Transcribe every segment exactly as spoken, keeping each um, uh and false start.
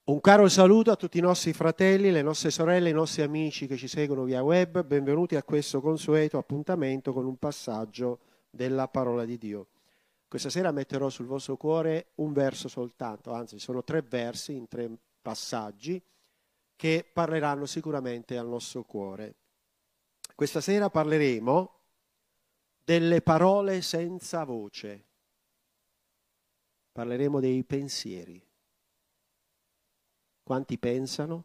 Un caro saluto a tutti i nostri fratelli, le nostre sorelle, i nostri amici che ci seguono via web. Benvenuti a questo consueto appuntamento con un passaggio della parola di Dio. Questa sera metterò sul vostro cuore un verso soltanto, anzi sono tre versi in tre passaggi che parleranno sicuramente al nostro cuore. Questa sera parleremo delle parole senza voce. Parleremo dei pensieri. Quanti pensano?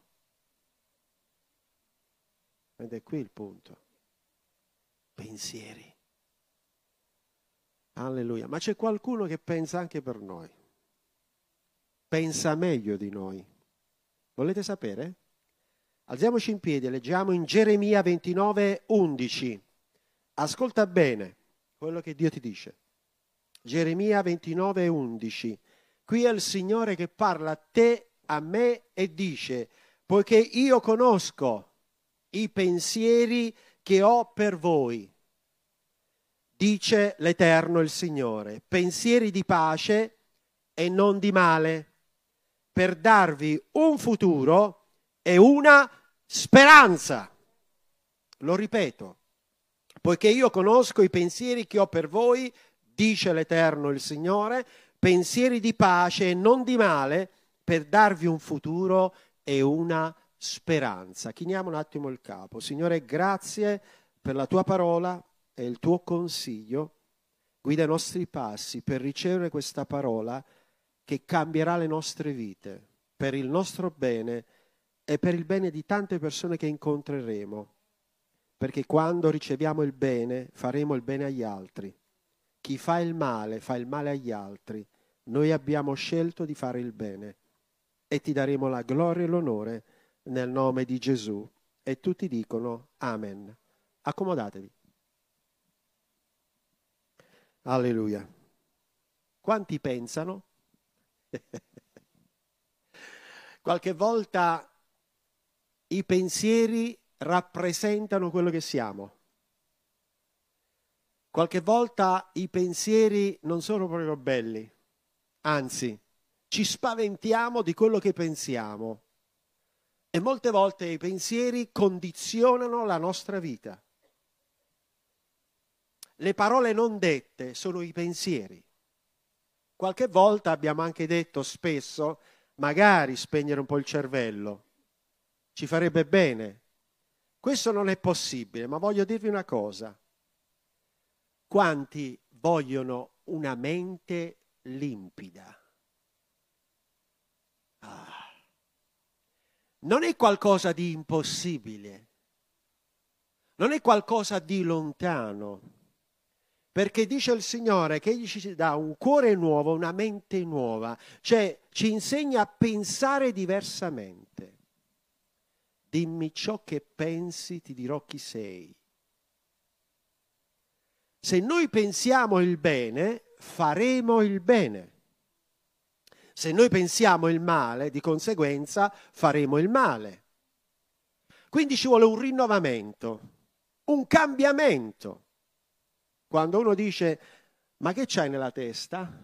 Ed è qui il punto. Pensieri. Alleluia. Ma c'è qualcuno che pensa anche per noi. Pensa meglio di noi. Volete sapere? Alziamoci in piedi e leggiamo in Geremia ventinove undici. Ascolta bene quello che Dio ti dice. Geremia ventinove undici. Qui è il Signore che parla a te, a me e dice: poiché io conosco i pensieri che ho per voi, dice l'Eterno il Signore, pensieri di pace e non di male, per darvi un futuro e una speranza. Lo ripeto, poiché io conosco i pensieri che ho per voi, dice l'Eterno il Signore, pensieri di pace e non di male, per darvi un futuro e una speranza. Chiniamo un attimo il capo. Signore, grazie per la tua parola e il tuo consiglio. Guida i nostri passi per ricevere questa parola che cambierà le nostre vite, per il nostro bene e per il bene di tante persone che incontreremo. Perché quando riceviamo il bene, faremo il bene agli altri. Chi fa il male, fa il male agli altri. Noi abbiamo scelto di fare il bene. E ti daremo la gloria e l'onore nel nome di Gesù. E tutti dicono Amen. Accomodatevi. Alleluia. Quanti pensano? Qualche volta i pensieri rappresentano quello che siamo. Qualche volta i pensieri non sono proprio belli, anzi, ci spaventiamo di quello che pensiamo e molte volte i pensieri condizionano la nostra vita. Le parole non dette sono i pensieri. Qualche volta abbiamo anche detto spesso, magari spegnere un po' il cervello, ci farebbe bene. Questo non è possibile, ma voglio dirvi una cosa. Quanti vogliono una mente limpida? Ah. Non è qualcosa di impossibile, non è qualcosa di lontano, perché dice il Signore che Egli ci dà un cuore nuovo, una mente nuova, cioè ci insegna a pensare diversamente. Dimmi ciò che pensi, ti dirò chi sei. Se noi pensiamo il bene, faremo il bene. Se noi pensiamo il male, di conseguenza faremo il male. Quindi ci vuole un rinnovamento, un cambiamento. Quando uno dice, ma che c'hai nella testa?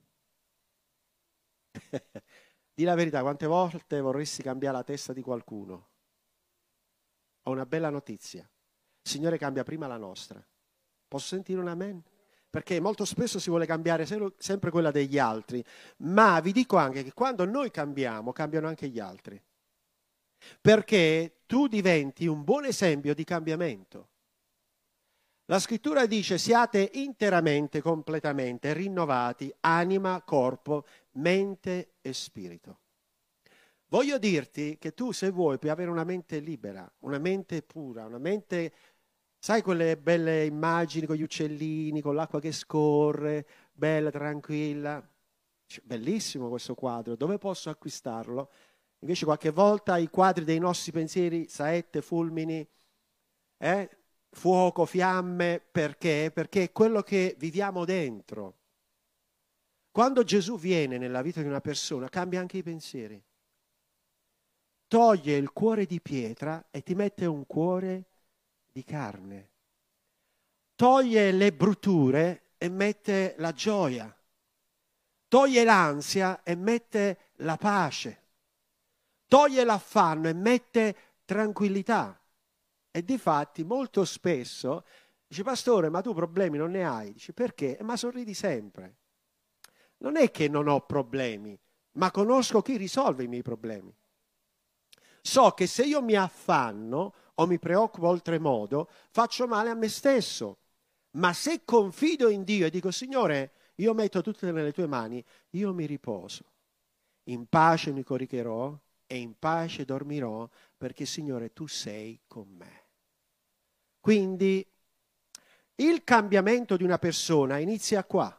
Di la verità, quante volte vorresti cambiare la testa di qualcuno? Ho una bella notizia. Il Signore cambia prima la nostra. Posso sentire un amen? Perché molto spesso si vuole cambiare sempre quella degli altri, ma vi dico anche che quando noi cambiamo, cambiano anche gli altri. Perché tu diventi un buon esempio di cambiamento. La scrittura dice: siate interamente, completamente rinnovati, anima, corpo, mente e spirito. Voglio dirti che tu, se vuoi, puoi avere una mente libera, una mente pura, una mente... Sai quelle belle immagini con gli uccellini, con l'acqua che scorre, bella, tranquilla? Bellissimo questo quadro, dove posso acquistarlo? Invece qualche volta i quadri dei nostri pensieri, saette, fulmini, eh? fuoco, fiamme, perché? Perché è quello che viviamo dentro. Quando Gesù viene nella vita di una persona, cambia anche i pensieri. Toglie il cuore di pietra e ti mette un cuore di carne. Toglie le brutture e mette la gioia. Toglie l'ansia e mette la pace. toglie l'affanno e mette tranquillità. E difatti molto spesso dice: pastore, ma tu problemi non ne hai? Dice: perché? Ma sorridi sempre. Non è che non ho problemi, ma conosco chi risolve i miei problemi. So che se io mi affanno o mi preoccupo oltremodo, faccio male a me stesso. Ma se confido in Dio e dico: Signore, io metto tutto nelle tue mani, io mi riposo. In pace mi coricherò e in pace dormirò, perché Signore, tu sei con me. Quindi il cambiamento di una persona inizia qua.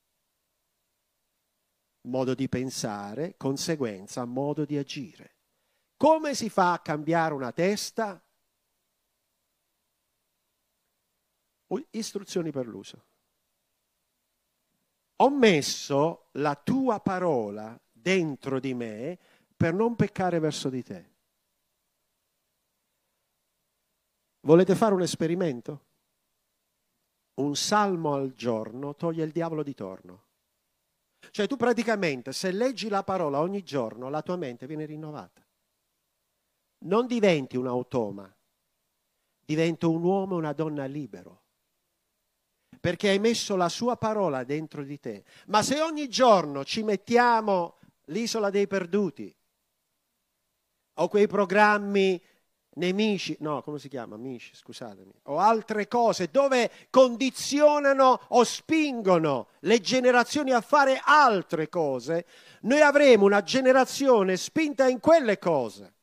Modo di pensare, conseguenza, modo di agire. Come si fa a cambiare una testa? Istruzioni per l'uso. Ho messo la tua parola dentro di me per non peccare verso di te. Volete fare un esperimento? Un salmo al giorno toglie il diavolo di torno. Cioè tu praticamente, se leggi la parola ogni giorno, la tua mente viene rinnovata. Non diventi un automa, diventi un uomo e una donna libero. Perché hai messo la sua parola dentro di te. Ma se ogni giorno ci mettiamo l'isola dei perduti, o quei programmi nemici, no, come si chiama? Amici, scusatemi, o altre cose dove condizionano o spingono le generazioni a fare altre cose, noi avremo una generazione spinta in quelle cose.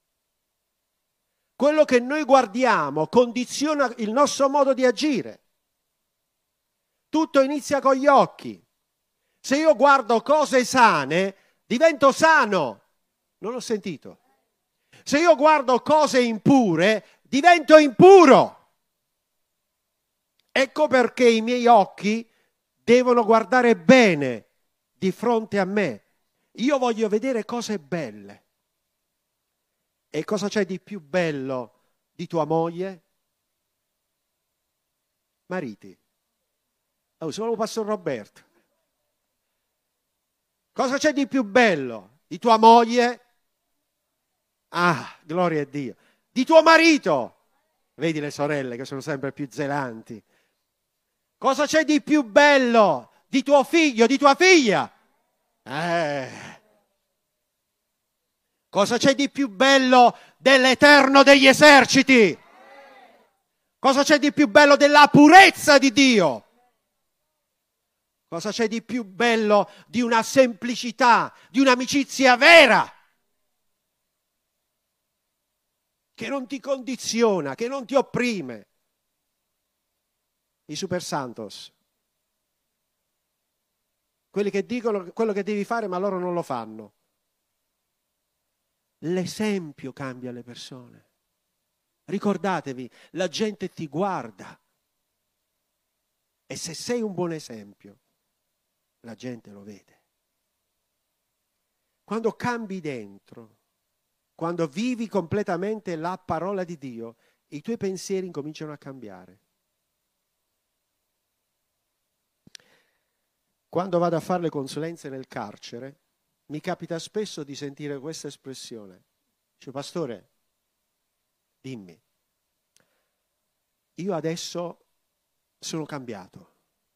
Quello che noi guardiamo condiziona il nostro modo di agire. Tutto inizia con gli occhi. Se io guardo cose sane, divento sano. Non ho sentito. Se io guardo cose impure, divento impuro. Ecco perché i miei occhi devono guardare bene di fronte a me. Io voglio vedere cose belle. E cosa c'è di più bello di tua moglie? Mariti. Oh, sono Pastor Roberto. Cosa c'è di più bello di tua moglie? Ah, gloria a Dio. Di tuo marito. Vedi le sorelle che sono sempre più zelanti. Cosa c'è di più bello di tuo figlio, di tua figlia? Eh. Cosa c'è di più bello dell'Eterno degli eserciti? Cosa c'è di più bello della purezza di Dio? Cosa c'è di più bello di una semplicità, di un'amicizia vera? Che non ti condiziona, che non ti opprime. I super santos. Quelli che dicono quello che devi fare ma loro non lo fanno. L'esempio cambia le persone. Ricordatevi, la gente ti guarda. E se sei un buon esempio, la gente lo vede. Quando cambi dentro, quando vivi completamente la parola di Dio, i tuoi pensieri incominciano a cambiare. Quando vado a fare le consulenze nel carcere, mi capita spesso di sentire questa espressione. Dice: pastore, dimmi, io adesso sono cambiato.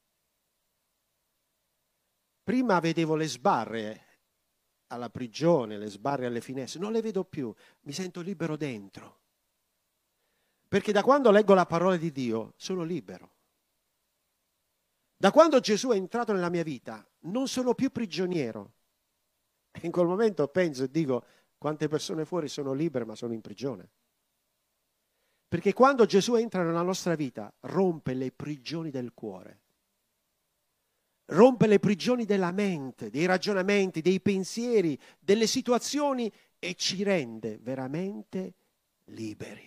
Prima vedevo le sbarre alla prigione, le sbarre alle finestre, non le vedo più, mi sento libero dentro. Perché da quando leggo la parola di Dio sono libero. Da quando Gesù è entrato nella mia vita non sono più prigioniero. E in quel momento penso e dico: quante persone fuori sono libere ma sono in prigione. Perché quando Gesù entra nella nostra vita rompe le prigioni del cuore. Rompe le prigioni della mente, dei ragionamenti, dei pensieri, delle situazioni e ci rende veramente liberi.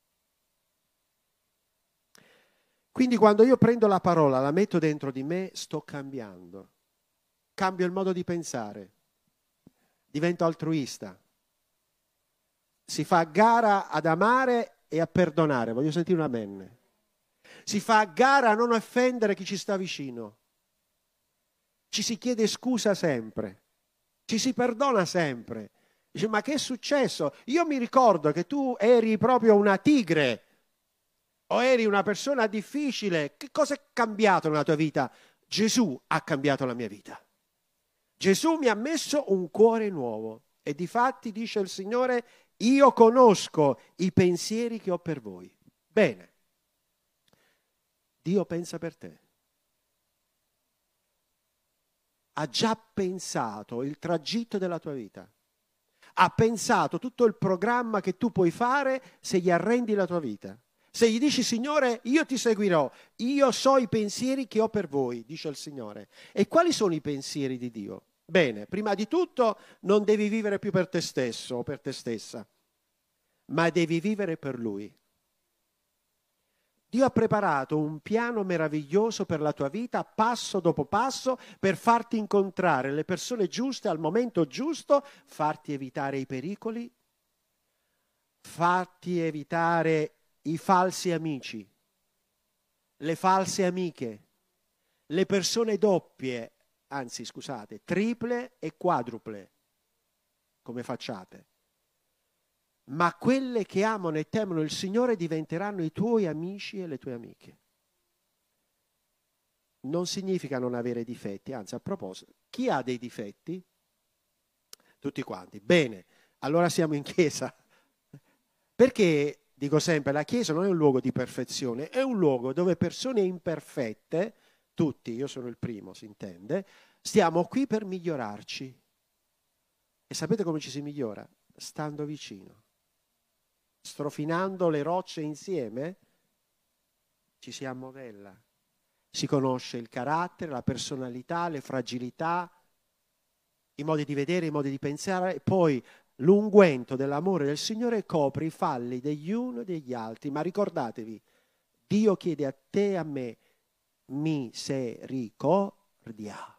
Quindi quando io prendo la parola, la metto dentro di me, sto cambiando. Cambio il modo di pensare. Divento altruista. Si fa gara ad amare e a perdonare. Voglio sentire un amen. Si fa gara a non offendere chi ci sta vicino. Ci si chiede scusa sempre, ci si perdona sempre Dice, ma che è successo? Io mi ricordo che tu eri proprio una tigre o eri una persona difficile. Che cosa è cambiato nella tua vita? Gesù ha cambiato la mia vita. Gesù mi ha messo un cuore nuovo e difatti dice il Signore, io conosco i pensieri che ho per voi. Bene, Dio pensa per te. Ha già pensato il tragitto della tua vita. Ha pensato tutto il programma che tu puoi fare se gli arrendi la tua vita. Se gli dici, Signore, io ti seguirò, io so i pensieri che ho per voi, dice il Signore. E quali sono i pensieri di Dio? Bene, prima di tutto non devi vivere più per te stesso o per te stessa, ma devi vivere per Lui. Dio ha preparato un piano meraviglioso per la tua vita, passo dopo passo, per farti incontrare le persone giuste al momento giusto, farti evitare i pericoli, farti evitare i falsi amici, le false amiche, le persone doppie, anzi scusate, triple e quadruple, come facciate. Ma quelle che amano e temono il Signore diventeranno i tuoi amici e le tue amiche. Non significa non avere difetti, anzi a proposito, chi ha dei difetti? Tutti quanti. Bene, allora siamo in chiesa. Perché, dico sempre, la chiesa non è un luogo di perfezione, è un luogo dove persone imperfette, tutti, io sono il primo, si intende, stiamo qui per migliorarci. E sapete come ci si migliora? Stando vicino. Strofinando le rocce insieme, ci si ammodella. Si conosce il carattere, la personalità, le fragilità, i modi di vedere, i modi di pensare, e poi l'unguento dell'amore del Signore copre i falli degli uni e degli altri. Ma ricordatevi, Dio chiede a te e a me misericordia,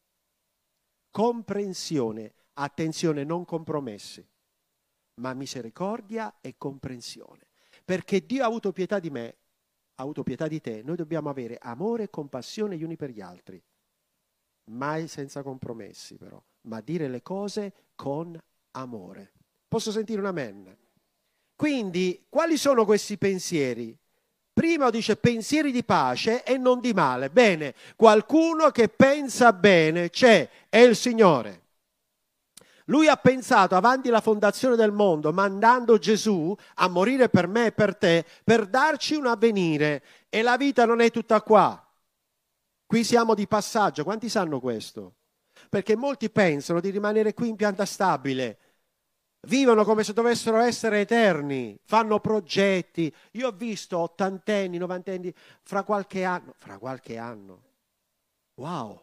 comprensione, attenzione, non compromessi, ma misericordia e comprensione. Perché Dio ha avuto pietà di me, ha avuto pietà di te, noi dobbiamo avere amore e compassione gli uni per gli altri. Mai senza compromessi però, ma dire le cose con amore. Posso sentire un amen? Quindi, quali sono questi pensieri? Prima dice pensieri di pace e non di male. Bene, qualcuno che pensa bene c'è, è il Signore. Lui ha pensato avanti la fondazione del mondo, mandando Gesù a morire per me e per te, per darci un avvenire. E la vita non è tutta qua. Qui siamo di passaggio. Quanti sanno questo? Perché molti pensano di rimanere qui in pianta stabile. Vivono come se dovessero essere eterni. Fanno progetti. Io ho visto ottantenni, novantenni, fra qualche anno. Fra qualche anno. Wow.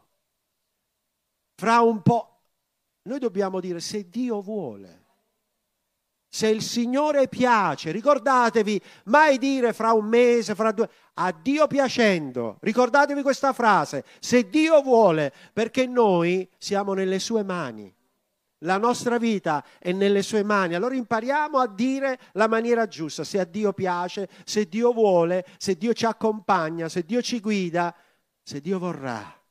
Fra un po'. Noi dobbiamo dire se Dio vuole, se il Signore piace, ricordatevi, mai dire fra un mese, fra due, a Dio piacendo, ricordatevi questa frase, se Dio vuole, perché noi siamo nelle sue mani, la nostra vita è nelle sue mani, allora impariamo a dire la maniera giusta, se a Dio piace, se Dio vuole, se Dio ci accompagna, se Dio ci guida, se Dio vorrà.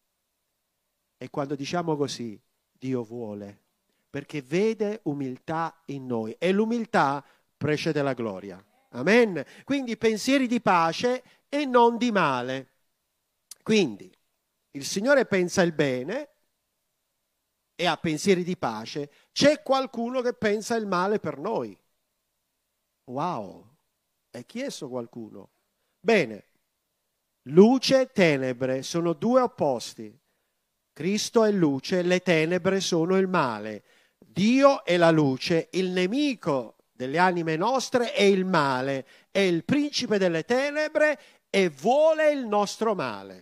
E quando diciamo così, Dio vuole, perché vede umiltà in noi e l'umiltà precede la gloria. Amen. Quindi pensieri di pace e non di male. Quindi il Signore pensa il bene e ha pensieri di pace. C'è qualcuno che pensa il male per noi. Wow. E chi è questo qualcuno? Bene, luce e tenebre sono due opposti. Cristo è luce, le tenebre sono il male. Dio è la luce, il nemico delle anime nostre è il male, è il principe delle tenebre e vuole il nostro male.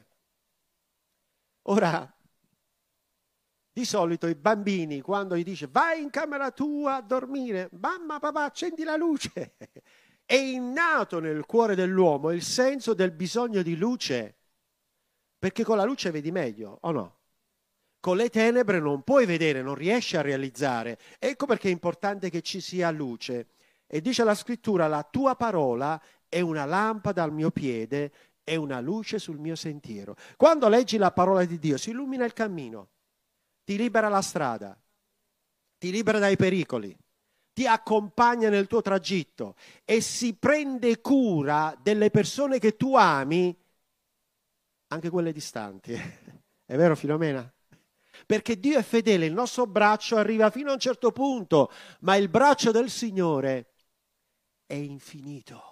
Ora, di solito i bambini quando gli dice vai in camera tua a dormire, mamma, papà, accendi la luce. È innato nel cuore dell'uomo il senso del bisogno di luce, perché con la luce vedi meglio, o no? Con le tenebre non puoi vedere, non riesci a realizzare. Ecco perché è importante che ci sia luce. E dice la scrittura, la tua parola è una lampada al mio piede e una luce sul mio sentiero. Quando leggi la parola di Dio si illumina il cammino, ti libera la strada. ti libera dai pericoli, ti accompagna nel tuo tragitto e si prende cura delle persone che tu ami, anche quelle distanti. È vero, Filomena? Perché Dio è fedele, il nostro braccio arriva fino a un certo punto, ma il braccio del Signore è infinito.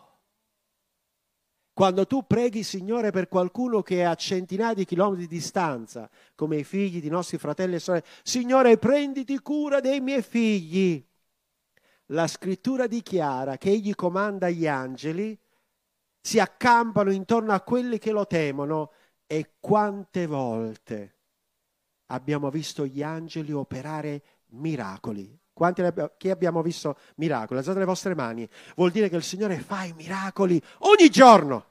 Quando tu preghi, Signore, per qualcuno che è a centinaia di chilometri di distanza, come i figli di nostri fratelli e sorelle, Signore, prenditi cura dei miei figli. La scrittura dichiara che Egli comanda gli angeli, si accampano intorno a quelli che lo temono, e quante volte abbiamo visto gli angeli operare miracoli. Quanti abbiamo, chi abbiamo visto miracoli? Alzate le vostre mani. Vuol dire che il Signore fa i miracoli ogni giorno.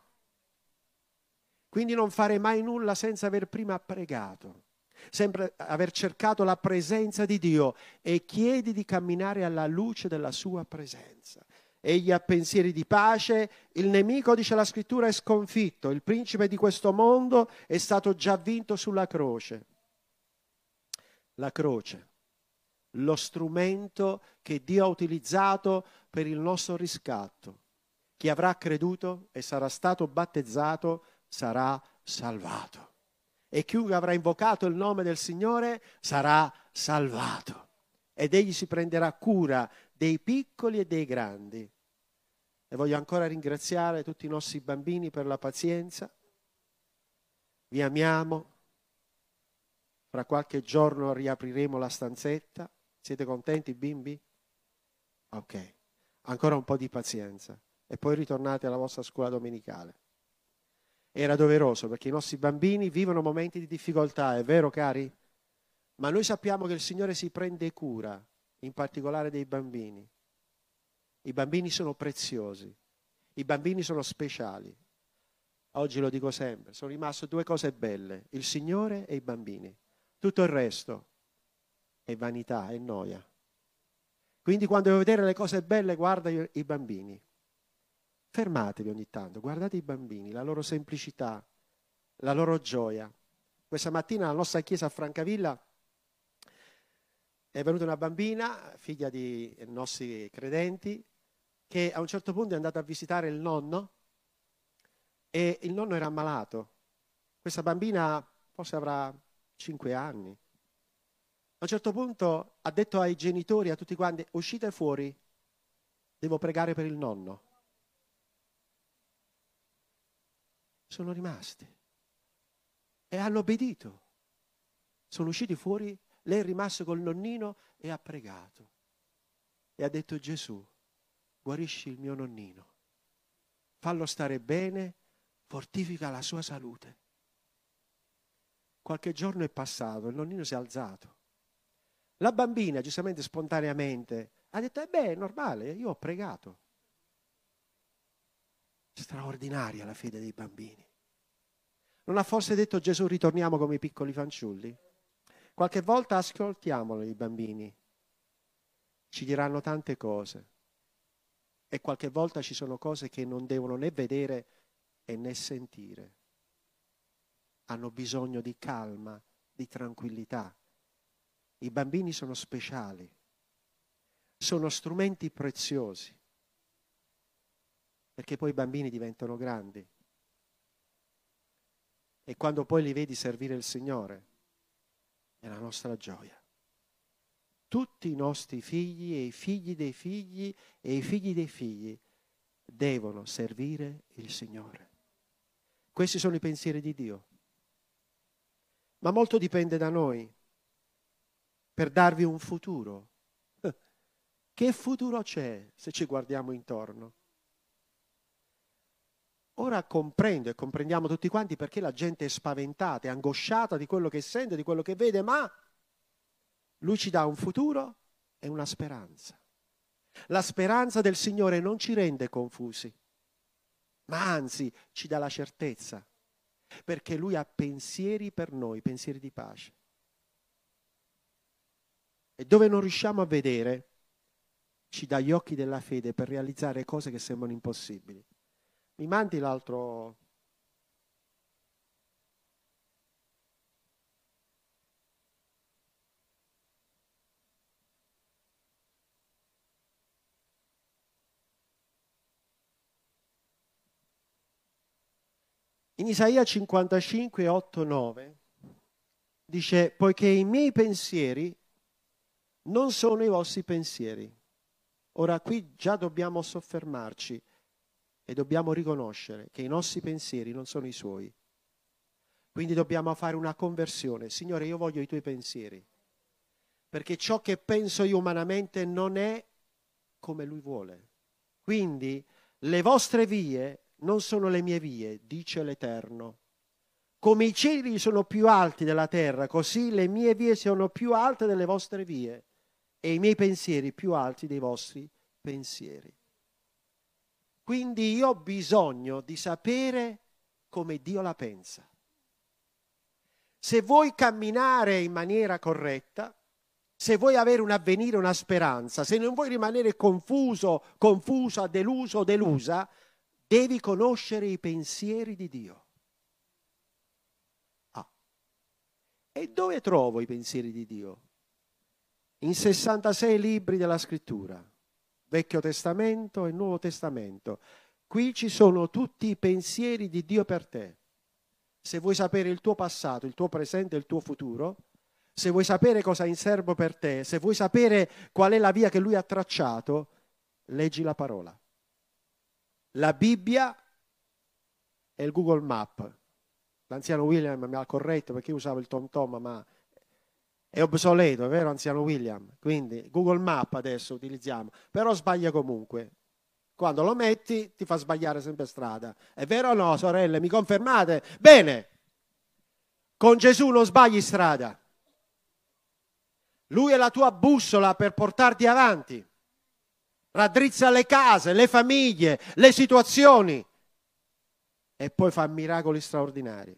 Quindi non fare mai nulla senza aver prima pregato, sempre aver cercato la presenza di Dio, e chiedi di camminare alla luce della sua presenza. Egli ha pensieri di pace, il nemico, dice la scrittura, è sconfitto, il principe di questo mondo è stato già vinto sulla croce. La croce, lo strumento che Dio ha utilizzato per il nostro riscatto. Chi avrà creduto e sarà stato battezzato sarà salvato. E chiunque avrà invocato il nome del Signore sarà salvato. Ed Egli si prenderà cura dei piccoli e dei grandi. E voglio ancora ringraziare tutti i nostri bambini per la pazienza. Vi amiamo. Fra qualche giorno riapriremo la stanzetta. Siete contenti, bimbi? Ok. Ancora un po' di pazienza. E poi ritornate alla vostra scuola domenicale. Era doveroso, perché i nostri bambini vivono momenti di difficoltà, è vero, cari? Ma noi sappiamo che il Signore si prende cura, in particolare dei bambini. I bambini sono preziosi, i bambini sono speciali. Oggi lo dico sempre, sono rimaste due cose belle, il Signore e i bambini. Tutto il resto è vanità, è noia. Quindi quando devo vedere le cose belle, guarda i bambini. Fermatevi ogni tanto, guardate i bambini, la loro semplicità, la loro gioia. Questa mattina alla nostra chiesa a Francavilla è venuta una bambina, figlia di nostri credenti, che a un certo punto è andata a visitare il nonno e il nonno era ammalato. Questa bambina forse avrà cinque anni. A un certo punto ha detto ai genitori, a tutti quanti, uscite fuori, devo pregare per il nonno. Sono rimasti e hanno obbedito. Sono usciti fuori, lei è rimasta col nonnino e ha pregato. E ha detto: Gesù, guarisci il mio nonnino, fallo stare bene, fortifica la sua salute. Qualche giorno è passato, il nonnino si è alzato. La bambina, giustamente, spontaneamente, ha detto: eh beh, è normale, io ho pregato. Straordinaria la fede dei bambini. Non ha forse detto Gesù: ritorniamo come i piccoli fanciulli? Qualche volta ascoltiamolo i bambini. Ci diranno tante cose. E qualche volta ci sono cose che non devono né vedere e né sentire. Hanno bisogno di calma, di tranquillità. I bambini sono speciali. Sono strumenti preziosi. Perché poi i bambini diventano grandi. E quando poi li vedi servire il Signore, è la nostra gioia. Tutti i nostri figli e i figli dei figli e i figli dei figli devono servire il Signore. Questi sono i pensieri di Dio. Ma molto dipende da noi per darvi un futuro. Che futuro c'è se ci guardiamo intorno? Ora comprendo e comprendiamo tutti quanti perché la gente è spaventata, è angosciata di quello che sente, di quello che vede, ma Lui ci dà un futuro e una speranza. La speranza del Signore non ci rende confusi, ma anzi ci dà la certezza, perché Lui ha pensieri per noi, pensieri di pace. E dove non riusciamo a vedere, ci dà gli occhi della fede per realizzare cose che sembrano impossibili. Mi mandi l'altro? In Isaia cinquantacinque, otto, nove dice: poiché i miei pensieri non sono i vostri pensieri. Ora qui già dobbiamo soffermarci e dobbiamo riconoscere che i nostri pensieri non sono i suoi. Quindi dobbiamo fare una conversione. Signore, io voglio i tuoi pensieri, perché ciò che penso io umanamente non è come lui vuole. Quindi le vostre vie non sono le mie vie, dice l'Eterno. Come i cieli sono più alti della terra, così le mie vie sono più alte delle vostre vie e i miei pensieri più alti dei vostri pensieri. Quindi io ho bisogno di sapere come Dio la pensa. Se vuoi camminare in maniera corretta, se vuoi avere un avvenire, una speranza, se non vuoi rimanere confuso, confusa, deluso, delusa, devi conoscere i pensieri di Dio. Ah. E dove trovo i pensieri di Dio? In sessantasei libri della Scrittura, Vecchio Testamento e Nuovo Testamento. Qui ci sono tutti i pensieri di Dio per te. Se vuoi sapere il tuo passato, il tuo presente e il tuo futuro, se vuoi sapere cosa ha in serbo per te, se vuoi sapere qual è la via che Lui ha tracciato, leggi la parola. La Bibbia e il Google Map. L'anziano William mi ha corretto perché io usavo il TomTom, ma è obsoleto, è vero anziano William? Quindi Google Map adesso utilizziamo, però sbaglia comunque. Quando lo metti ti fa sbagliare sempre strada. È vero o no, sorelle? Mi confermate? Bene, con Gesù non sbagli strada. Lui è la tua bussola per portarti avanti. Raddrizza le case, le famiglie, le situazioni e poi fa miracoli straordinari.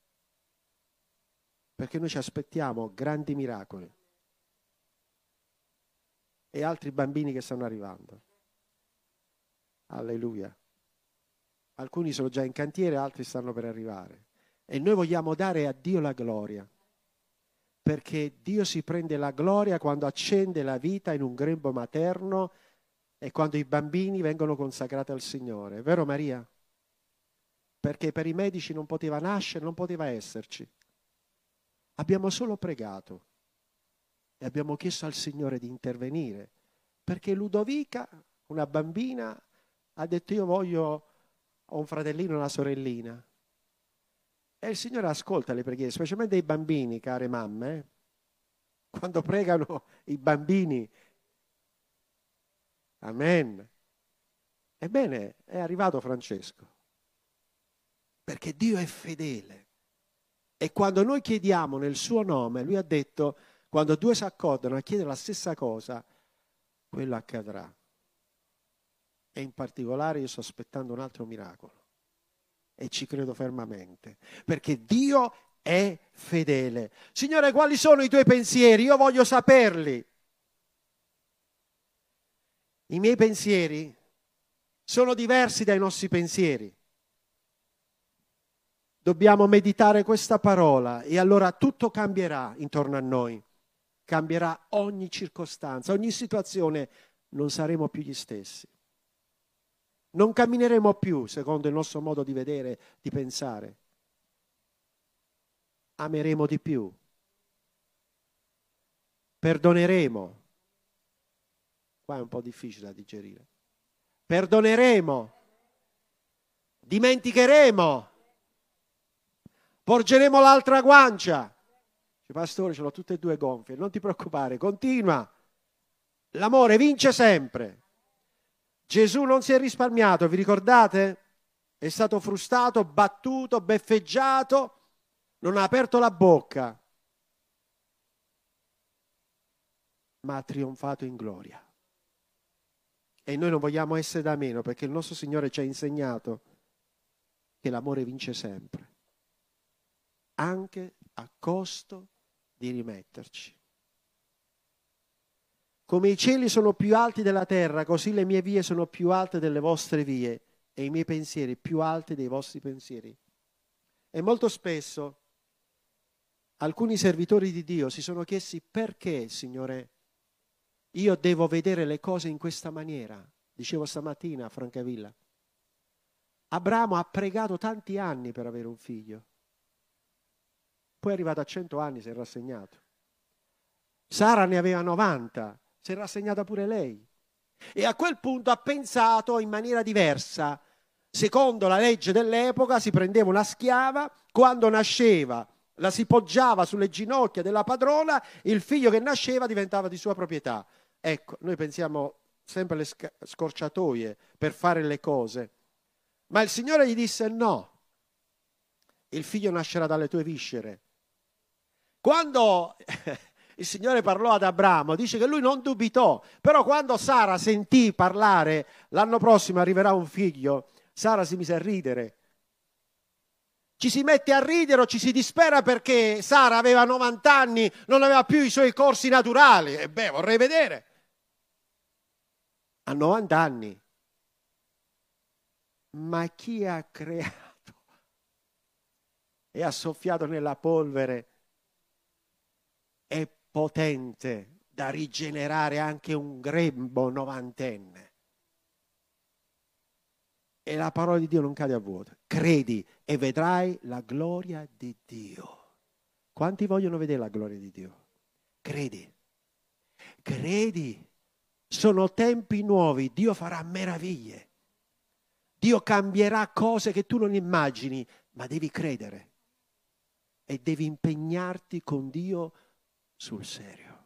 Perché noi ci aspettiamo grandi miracoli e altri bambini che stanno arrivando. Alleluia. Alcuni sono già in cantiere, altri stanno per arrivare. E noi vogliamo dare a Dio la gloria, perché Dio si prende la gloria quando accende la vita in un grembo materno e quando i bambini vengono consacrati al Signore. È vero Maria? Perché per i medici non poteva nascere, non poteva esserci. Abbiamo solo pregato e abbiamo chiesto al Signore di intervenire, perché Ludovica, una bambina, ha detto io voglio un fratellino e una sorellina. E il Signore ascolta le preghiere, specialmente i bambini, care mamme. Eh? Quando pregano i bambini, amen. Ebbene, è arrivato Francesco, perché Dio è fedele. E quando noi chiediamo nel suo nome, lui ha detto, quando due si accordano a chiedere la stessa cosa, quello accadrà. E in particolare io sto aspettando un altro miracolo. E ci credo fermamente, perché Dio è fedele. Signore, quali sono i tuoi pensieri? Io voglio saperli. I miei pensieri sono diversi dai nostri pensieri. Dobbiamo meditare questa parola e allora tutto cambierà intorno a noi. Cambierà ogni circostanza, ogni situazione, non saremo più gli stessi. Non cammineremo più secondo il nostro modo di vedere, di pensare. Ameremo di più. Perdoneremo. Qua è un po' difficile da digerire. Perdoneremo. Dimenticheremo. Porgeremo l'altra guancia. Pastore, ce l'ho tutte e due gonfie. Non ti preoccupare, continua. L'amore vince sempre. Gesù non si è risparmiato, vi ricordate? È stato frustato, battuto, beffeggiato, non ha aperto la bocca, ma ha trionfato in gloria. E noi non vogliamo essere da meno, perché il nostro Signore ci ha insegnato che l'amore vince sempre, anche a costo di rimetterci. Come i cieli sono più alti della terra, così le mie vie sono più alte delle vostre vie e i miei pensieri più alti dei vostri pensieri. E molto spesso alcuni servitori di Dio si sono chiesti perché, Signore, io devo vedere le cose in questa maniera. Dicevo stamattina a Francavilla. Abramo ha pregato tanti anni per avere un figlio. Poi è arrivato a cento anni, si è rassegnato. Sara ne aveva novanta, si è rassegnata pure lei. E a quel punto ha pensato in maniera diversa. Secondo la legge dell'epoca si prendeva una schiava, quando nasceva la si poggiava sulle ginocchia della padrona, il figlio che nasceva diventava di sua proprietà. Ecco, noi pensiamo sempre alle scorciatoie per fare le cose. Ma il Signore gli disse no, il figlio nascerà dalle tue viscere. Quando il Signore parlò ad Abramo, dice che lui non dubitò, però quando Sara sentì parlare l'anno prossimo arriverà un figlio, Sara si mise a ridere. Ci si mette a ridere o ci si dispera perché Sara aveva novanta anni, non aveva più i suoi corsi naturali. E beh, vorrei vedere. A novanta anni. Ma chi ha creato e ha soffiato nella polvere è potente da rigenerare anche un grembo novantenne. E la parola di Dio non cade a vuoto. Credi e vedrai la gloria di Dio. Quanti vogliono vedere la gloria di Dio? Credi. Credi. Sono tempi nuovi. Dio farà meraviglie. Dio cambierà cose che tu non immagini, ma devi credere. E devi impegnarti con Dio sul serio.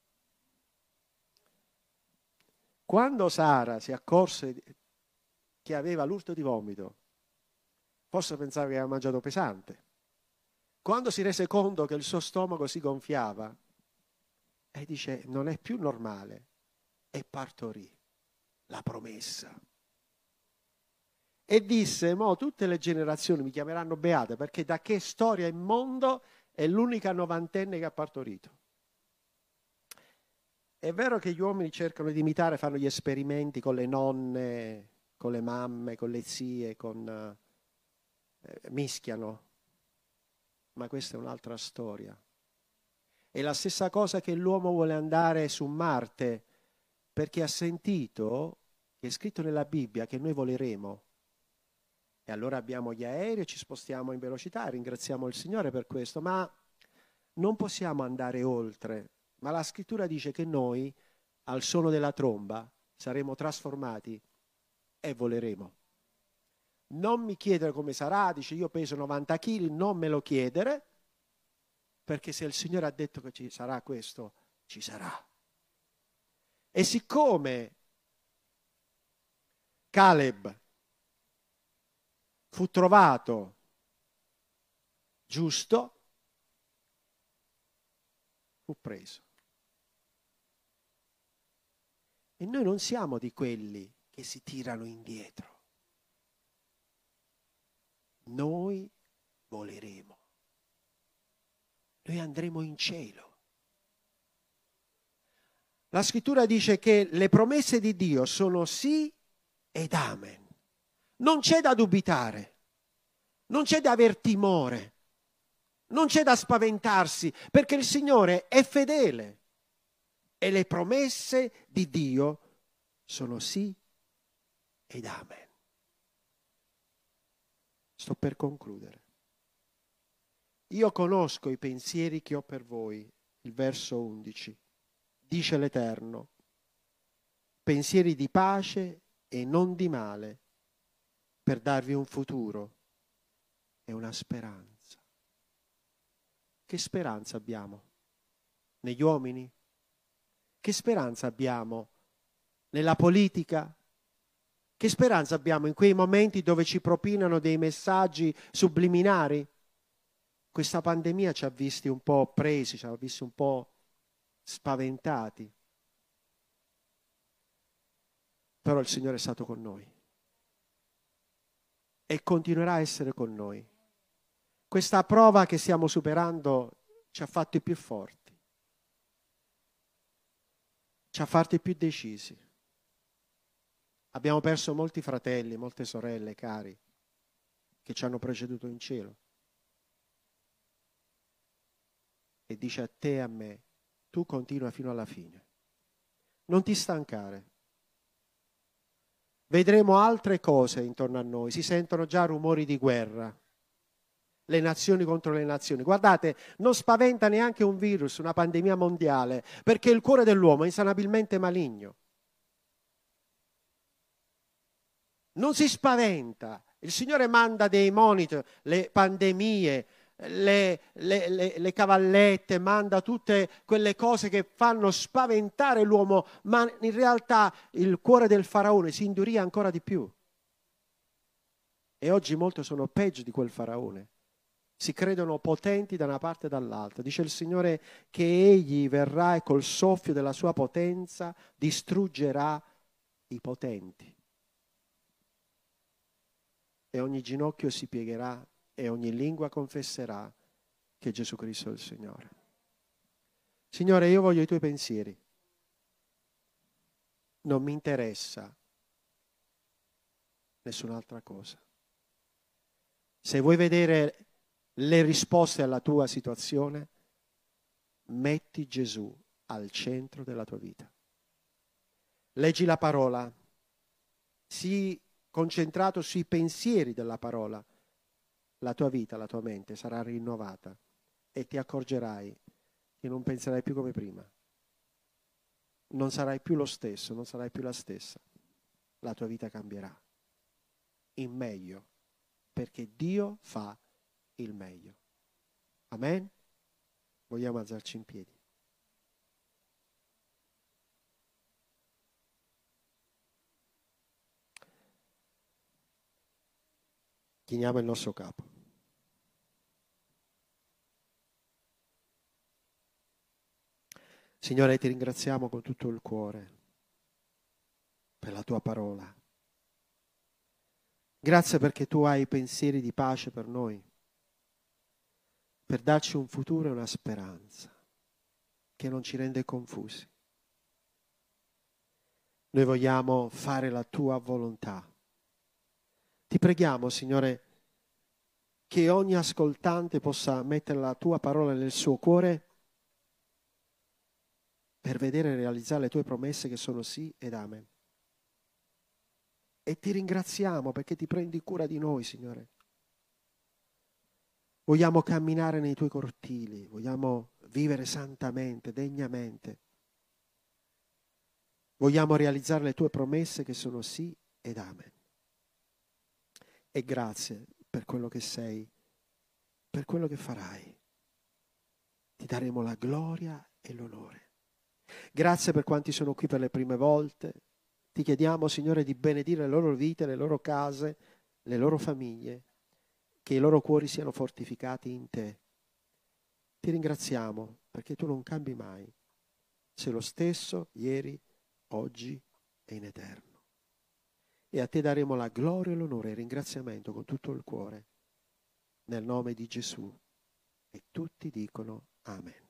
Quando Sara si accorse che aveva l'urto di vomito, forse pensava che aveva mangiato pesante. Quando si rese conto che il suo stomaco si gonfiava, e dice non è più normale, e partorì la promessa. E disse, mo tutte le generazioni mi chiameranno beata, perché da che storia in mondo è l'unica novantenne che ha partorito. È vero che gli uomini cercano di imitare, fanno gli esperimenti con le nonne, con le mamme, con le zie, con, eh, mischiano, ma questa è un'altra storia. È la stessa cosa che l'uomo vuole andare su Marte, perché ha sentito, che è scritto nella Bibbia, che noi voleremo. E allora abbiamo gli aerei, ci spostiamo in velocità, ringraziamo il Signore per questo, ma non possiamo andare oltre. Ma la scrittura dice che noi, al suono della tromba, saremo trasformati e voleremo. Non mi chiedere come sarà, dice io peso novanta chili, non me lo chiedere, perché se il Signore ha detto che ci sarà questo, ci sarà. E siccome Caleb fu trovato giusto, fu preso. E noi non siamo di quelli che si tirano indietro. Noi voleremo. Noi andremo in cielo. La scrittura dice che le promesse di Dio sono sì ed amen. Non c'è da dubitare, non c'è da aver timore, non c'è da spaventarsi, perché il Signore è fedele e le promesse di Dio sono sì ed amen. Sto per concludere. Io conosco i pensieri che ho per voi, il verso undici. Dice l'Eterno, pensieri di pace e non di male, per darvi un futuro e una speranza. Che speranza abbiamo? Negli uomini? Che speranza abbiamo nella politica? Che speranza abbiamo in quei momenti dove ci propinano dei messaggi subliminari? Questa pandemia ci ha visti un po' presi, ci ha visti un po' spaventati. Però il Signore è stato con noi e continuerà a essere con noi. Questa prova che stiamo superando ci ha fatti più forti, ci ha fatti più decisi. Abbiamo perso molti fratelli, molte sorelle, cari, che ci hanno preceduto in cielo. E dice a te e a me, tu continua fino alla fine. Non ti stancare. vedremo altre cose intorno a noi, si sentono già rumori di guerra, le nazioni contro le nazioni. Guardate, non spaventa neanche un virus, una pandemia mondiale, perché il cuore dell'uomo è insanabilmente maligno. Non si spaventa. Il Signore manda dei monitor, le pandemie, le, le, le, le cavallette, manda tutte quelle cose che fanno spaventare l'uomo, ma in realtà il cuore del faraone si indurì ancora di più. E oggi molti sono peggio di quel faraone. Si credono potenti da una parte e dall'altra. Dice il Signore che Egli verrà e col soffio della sua potenza distruggerà i potenti. E ogni ginocchio si piegherà e ogni lingua confesserà che Gesù Cristo è il Signore. Signore, io voglio i tuoi pensieri. Non mi interessa nessun'altra cosa. Se vuoi vedere le risposte alla tua situazione, metti Gesù al centro della tua vita. Leggi la parola, sii concentrato sui pensieri della parola, la tua vita, la tua mente sarà rinnovata e ti accorgerai che non penserai più come prima. Non sarai più lo stesso, non sarai più la stessa. La tua vita cambierà in meglio, perché Dio fa il meglio. Amen? Vogliamo alzarci in piedi. Chiniamo il nostro capo. Signore, ti ringraziamo con tutto il cuore per la tua parola. Grazie perché tu hai pensieri di pace per noi, per darci un futuro e una speranza che non ci rende confusi. Noi vogliamo fare la tua volontà. Ti preghiamo, Signore, che ogni ascoltante possa mettere la tua parola nel suo cuore per vedere e realizzare le tue promesse che sono sì ed amen. E ti ringraziamo perché ti prendi cura di noi, Signore. Vogliamo camminare nei tuoi cortili, vogliamo vivere santamente, degnamente. Vogliamo realizzare le tue promesse che sono sì ed amen. E grazie per quello che sei, per quello che farai. Ti daremo la gloria e l'onore. Grazie per quanti sono qui per le prime volte. Ti chiediamo, Signore, di benedire le loro vite, le loro case, le loro famiglie, che i loro cuori siano fortificati in te. Ti ringraziamo perché tu non cambi mai. Sei lo stesso ieri, oggi e in eterno. E a te daremo la gloria e l'onore e il ringraziamento con tutto il cuore, nel nome di Gesù. E tutti dicono Amen.